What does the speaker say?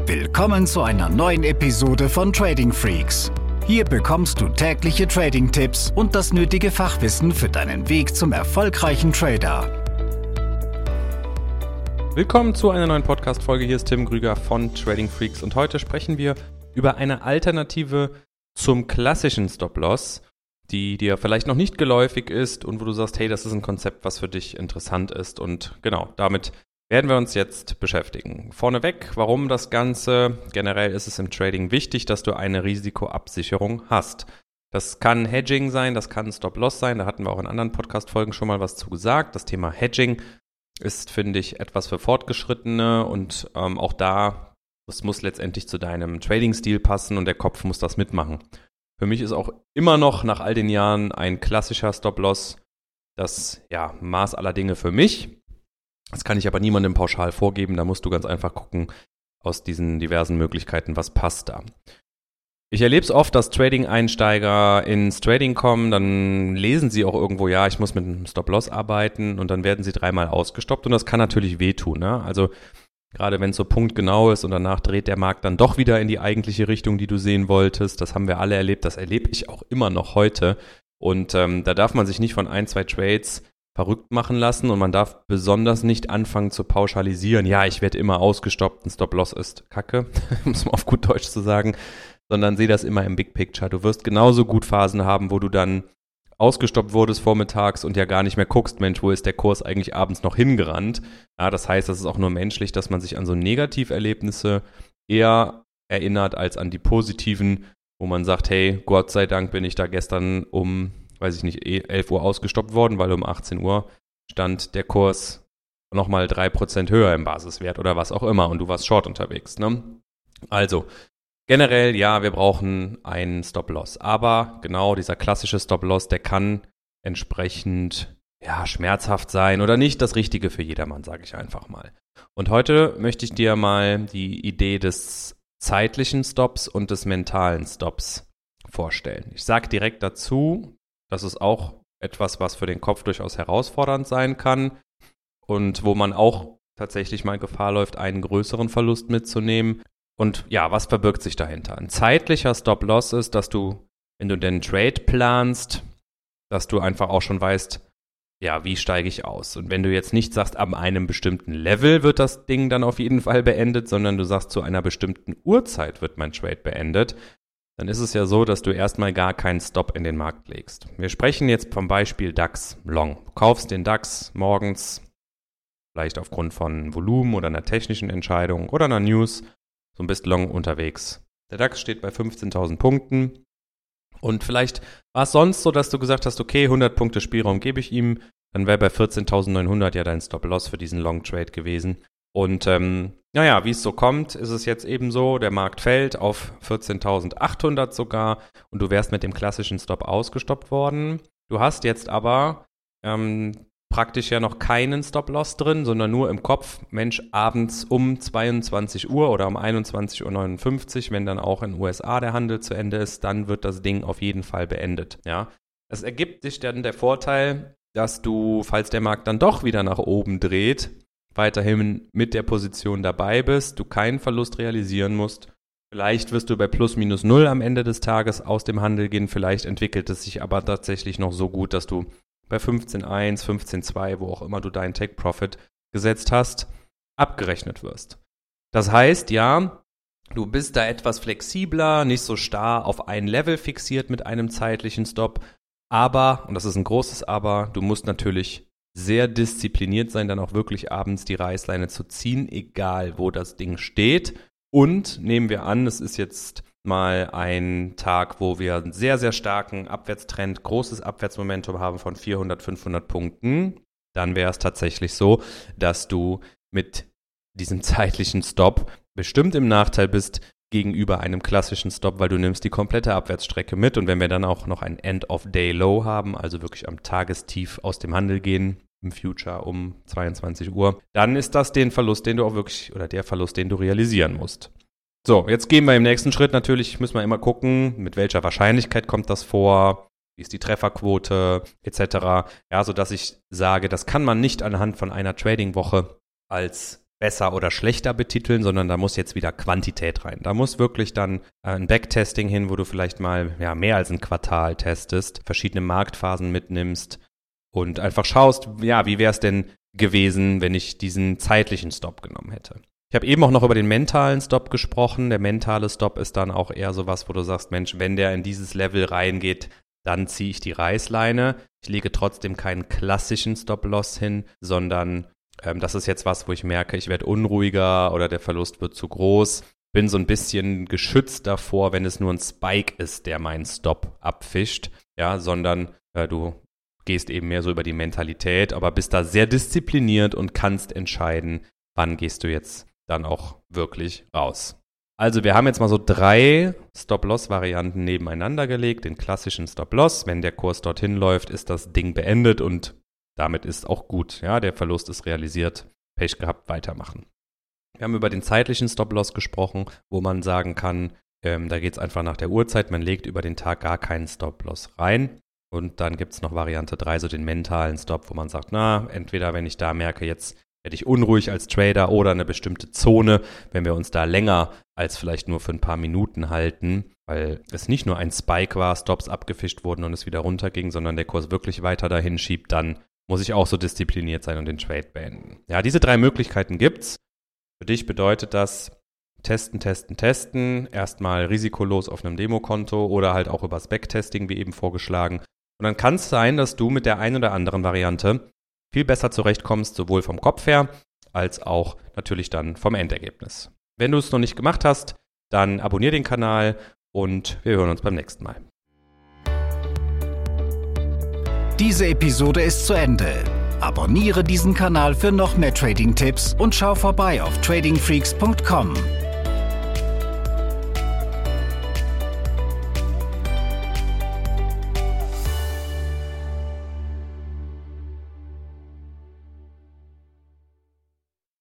Willkommen zu einer neuen Episode von Trading Freaks. Hier bekommst du tägliche Trading-Tipps und das nötige Fachwissen für deinen Weg zum erfolgreichen Trader. Willkommen zu einer neuen Podcast-Folge. Hier ist Tim Grüger von Trading Freaks und heute sprechen wir über eine Alternative zum klassischen Stop-Loss, die dir vielleicht noch nicht geläufig ist und wo du sagst, hey, das ist ein Konzept, was für dich interessant ist, und genau, damit werden wir uns jetzt beschäftigen. Vorneweg, warum das Ganze? Generell ist es im Trading wichtig, dass du eine Risikoabsicherung hast. Das kann Hedging sein, das kann Stop-Loss sein, da hatten wir auch in anderen Podcast-Folgen schon mal was zu gesagt. Das Thema Hedging ist, finde ich, etwas für Fortgeschrittene und auch da, das muss letztendlich zu deinem Trading-Stil passen und der Kopf muss das mitmachen. Für mich ist auch immer noch nach all den Jahren ein klassischer Stop-Loss das Maß aller Dinge für mich. Das kann ich aber niemandem pauschal vorgeben, da musst du ganz einfach gucken aus diesen diversen Möglichkeiten, was passt da. Ich erlebe es oft, dass Trading-Einsteiger ins Trading kommen, dann lesen sie auch irgendwo, ich muss mit einem Stop-Loss arbeiten und dann werden sie 3-mal ausgestoppt und das kann natürlich wehtun, ne? Also gerade wenn es so punktgenau ist und danach dreht der Markt dann doch wieder in die eigentliche Richtung, die du sehen wolltest, das haben wir alle erlebt, das erlebe ich auch immer noch heute und da darf man sich nicht von 1-2 Trades verrückt machen lassen und man darf besonders nicht anfangen zu pauschalisieren. Ja, ich werde immer ausgestoppt, ein Stop-Loss ist Kacke, muss man auf gut Deutsch zu sagen, sondern sehe das immer im Big Picture. Du wirst genauso gut Phasen haben, wo du dann ausgestoppt wurdest vormittags und ja gar nicht mehr guckst, Mensch, wo ist der Kurs eigentlich abends noch hingerannt? Ja, das heißt, das ist auch nur menschlich, dass man sich an so Negativerlebnisse eher erinnert als an die positiven, wo man sagt, hey, Gott sei Dank bin ich da gestern um 11 Uhr ausgestoppt worden, weil um 18 Uhr stand der Kurs nochmal 3% höher im Basiswert oder was auch immer und du warst short unterwegs, ne? Also, generell, wir brauchen einen Stop-Loss, aber genau dieser klassische Stop-Loss, der kann entsprechend, schmerzhaft sein oder nicht das Richtige für jedermann, sage ich einfach mal. Und heute möchte ich dir mal die Idee des zeitlichen Stops und des mentalen Stops vorstellen. Ich sage direkt dazu, das ist auch etwas, was für den Kopf durchaus herausfordernd sein kann und wo man auch tatsächlich mal Gefahr läuft, einen größeren Verlust mitzunehmen. Und was verbirgt sich dahinter? Ein zeitlicher Stop-Loss ist, dass du, wenn du den Trade planst, dass du einfach auch schon weißt, wie steige ich aus? Und wenn du jetzt nicht sagst, ab einem bestimmten Level wird das Ding dann auf jeden Fall beendet, sondern du sagst, zu einer bestimmten Uhrzeit wird mein Trade beendet, dann ist es ja so, dass du erstmal gar keinen Stop in den Markt legst. Wir sprechen jetzt vom Beispiel DAX Long. Du kaufst den DAX morgens, vielleicht aufgrund von Volumen oder einer technischen Entscheidung oder einer News, so bist Long unterwegs. Der DAX steht bei 15.000 Punkten und vielleicht war es sonst so, dass du gesagt hast, okay, 100 Punkte Spielraum gebe ich ihm, dann wäre bei 14.900 dein Stop-Loss für diesen Long-Trade gewesen. Und wie es so kommt, ist es jetzt eben so, der Markt fällt auf 14.800 sogar und du wärst mit dem klassischen Stop ausgestoppt worden. Du hast jetzt aber praktisch noch keinen Stop-Loss drin, sondern nur im Kopf, Mensch, abends um 22 Uhr oder um 21.59 Uhr, wenn dann auch in den USA der Handel zu Ende ist, dann wird das Ding auf jeden Fall beendet. Ja? Es ergibt sich dann der Vorteil, dass du, falls der Markt dann doch wieder nach oben dreht, weiterhin mit der Position dabei bist, du keinen Verlust realisieren musst. Vielleicht wirst du bei plus minus null am Ende des Tages aus dem Handel gehen, vielleicht entwickelt es sich aber tatsächlich noch so gut, dass du bei 15.1, 15.2, wo auch immer du deinen Take-Profit gesetzt hast, abgerechnet wirst. Das heißt, du bist da etwas flexibler, nicht so starr auf ein Level fixiert mit einem zeitlichen Stop, aber, und das ist ein großes Aber, du musst natürlich sehr diszipliniert sein, dann auch wirklich abends die Reißleine zu ziehen, egal wo das Ding steht. Und nehmen wir an, es ist jetzt mal ein Tag, wo wir einen sehr, sehr starken Abwärtstrend, großes Abwärtsmomentum haben von 400, 500 Punkten, dann wäre es tatsächlich so, dass du mit diesem zeitlichen Stop bestimmt im Nachteil bist gegenüber einem klassischen Stop, weil du nimmst die komplette Abwärtsstrecke mit und wenn wir dann auch noch ein End-of-Day-Low haben, also wirklich am Tagestief aus dem Handel gehen, im Future um 22 Uhr, dann ist das der Verlust, den du realisieren musst. So, jetzt gehen wir im nächsten Schritt. Natürlich müssen wir immer gucken, mit welcher Wahrscheinlichkeit kommt das vor, wie ist die Trefferquote etc. Sodass ich sage, das kann man nicht anhand von einer Trading-Woche als besser oder schlechter betiteln, sondern da muss jetzt wieder Quantität rein. Da muss wirklich dann ein Backtesting hin, wo du vielleicht mal mehr als ein Quartal testest, verschiedene Marktphasen mitnimmst und einfach schaust, wie wäre es denn gewesen, wenn ich diesen zeitlichen Stop genommen hätte. Ich habe eben auch noch über den mentalen Stop gesprochen. Der mentale Stop ist dann auch eher sowas, wo du sagst, Mensch, wenn der in dieses Level reingeht, dann ziehe ich die Reißleine. Ich lege trotzdem keinen klassischen Stop-Loss hin, sondern das ist jetzt was, wo ich merke, ich werde unruhiger oder der Verlust wird zu groß. Bin so ein bisschen geschützt davor, wenn es nur ein Spike ist, der meinen Stop abfischt, sondern du gehst eben mehr so über die Mentalität, aber bist da sehr diszipliniert und kannst entscheiden, wann gehst du jetzt dann auch wirklich raus. Also wir haben jetzt mal so 3 Stop-Loss-Varianten nebeneinander gelegt. Den klassischen Stop-Loss, wenn der Kurs dorthin läuft, ist das Ding beendet und damit ist auch gut. Ja, der Verlust ist realisiert, Pech gehabt, weitermachen. Wir haben über den zeitlichen Stop-Loss gesprochen, wo man sagen kann, da geht es einfach nach der Uhrzeit, man legt über den Tag gar keinen Stop-Loss rein. Und dann gibt es noch Variante 3, so den mentalen Stop, wo man sagt, entweder wenn ich da merke, jetzt werde ich unruhig als Trader oder eine bestimmte Zone, wenn wir uns da länger als vielleicht nur für ein paar Minuten halten, weil es nicht nur ein Spike war, Stops abgefischt wurden und es wieder runterging, sondern der Kurs wirklich weiter dahin schiebt, dann muss ich auch so diszipliniert sein und den Trade beenden. Ja, diese 3 Möglichkeiten gibt's. Für dich bedeutet das testen, erstmal risikolos auf einem Demokonto oder halt auch übers Backtesting, wie eben vorgeschlagen. Und dann kann es sein, dass du mit der einen oder anderen Variante viel besser zurechtkommst, sowohl vom Kopf her, als auch natürlich dann vom Endergebnis. Wenn du es noch nicht gemacht hast, dann abonniere den Kanal und wir hören uns beim nächsten Mal. Diese Episode ist zu Ende. Abonniere diesen Kanal für noch mehr Trading-Tipps und schau vorbei auf tradingfreaks.com.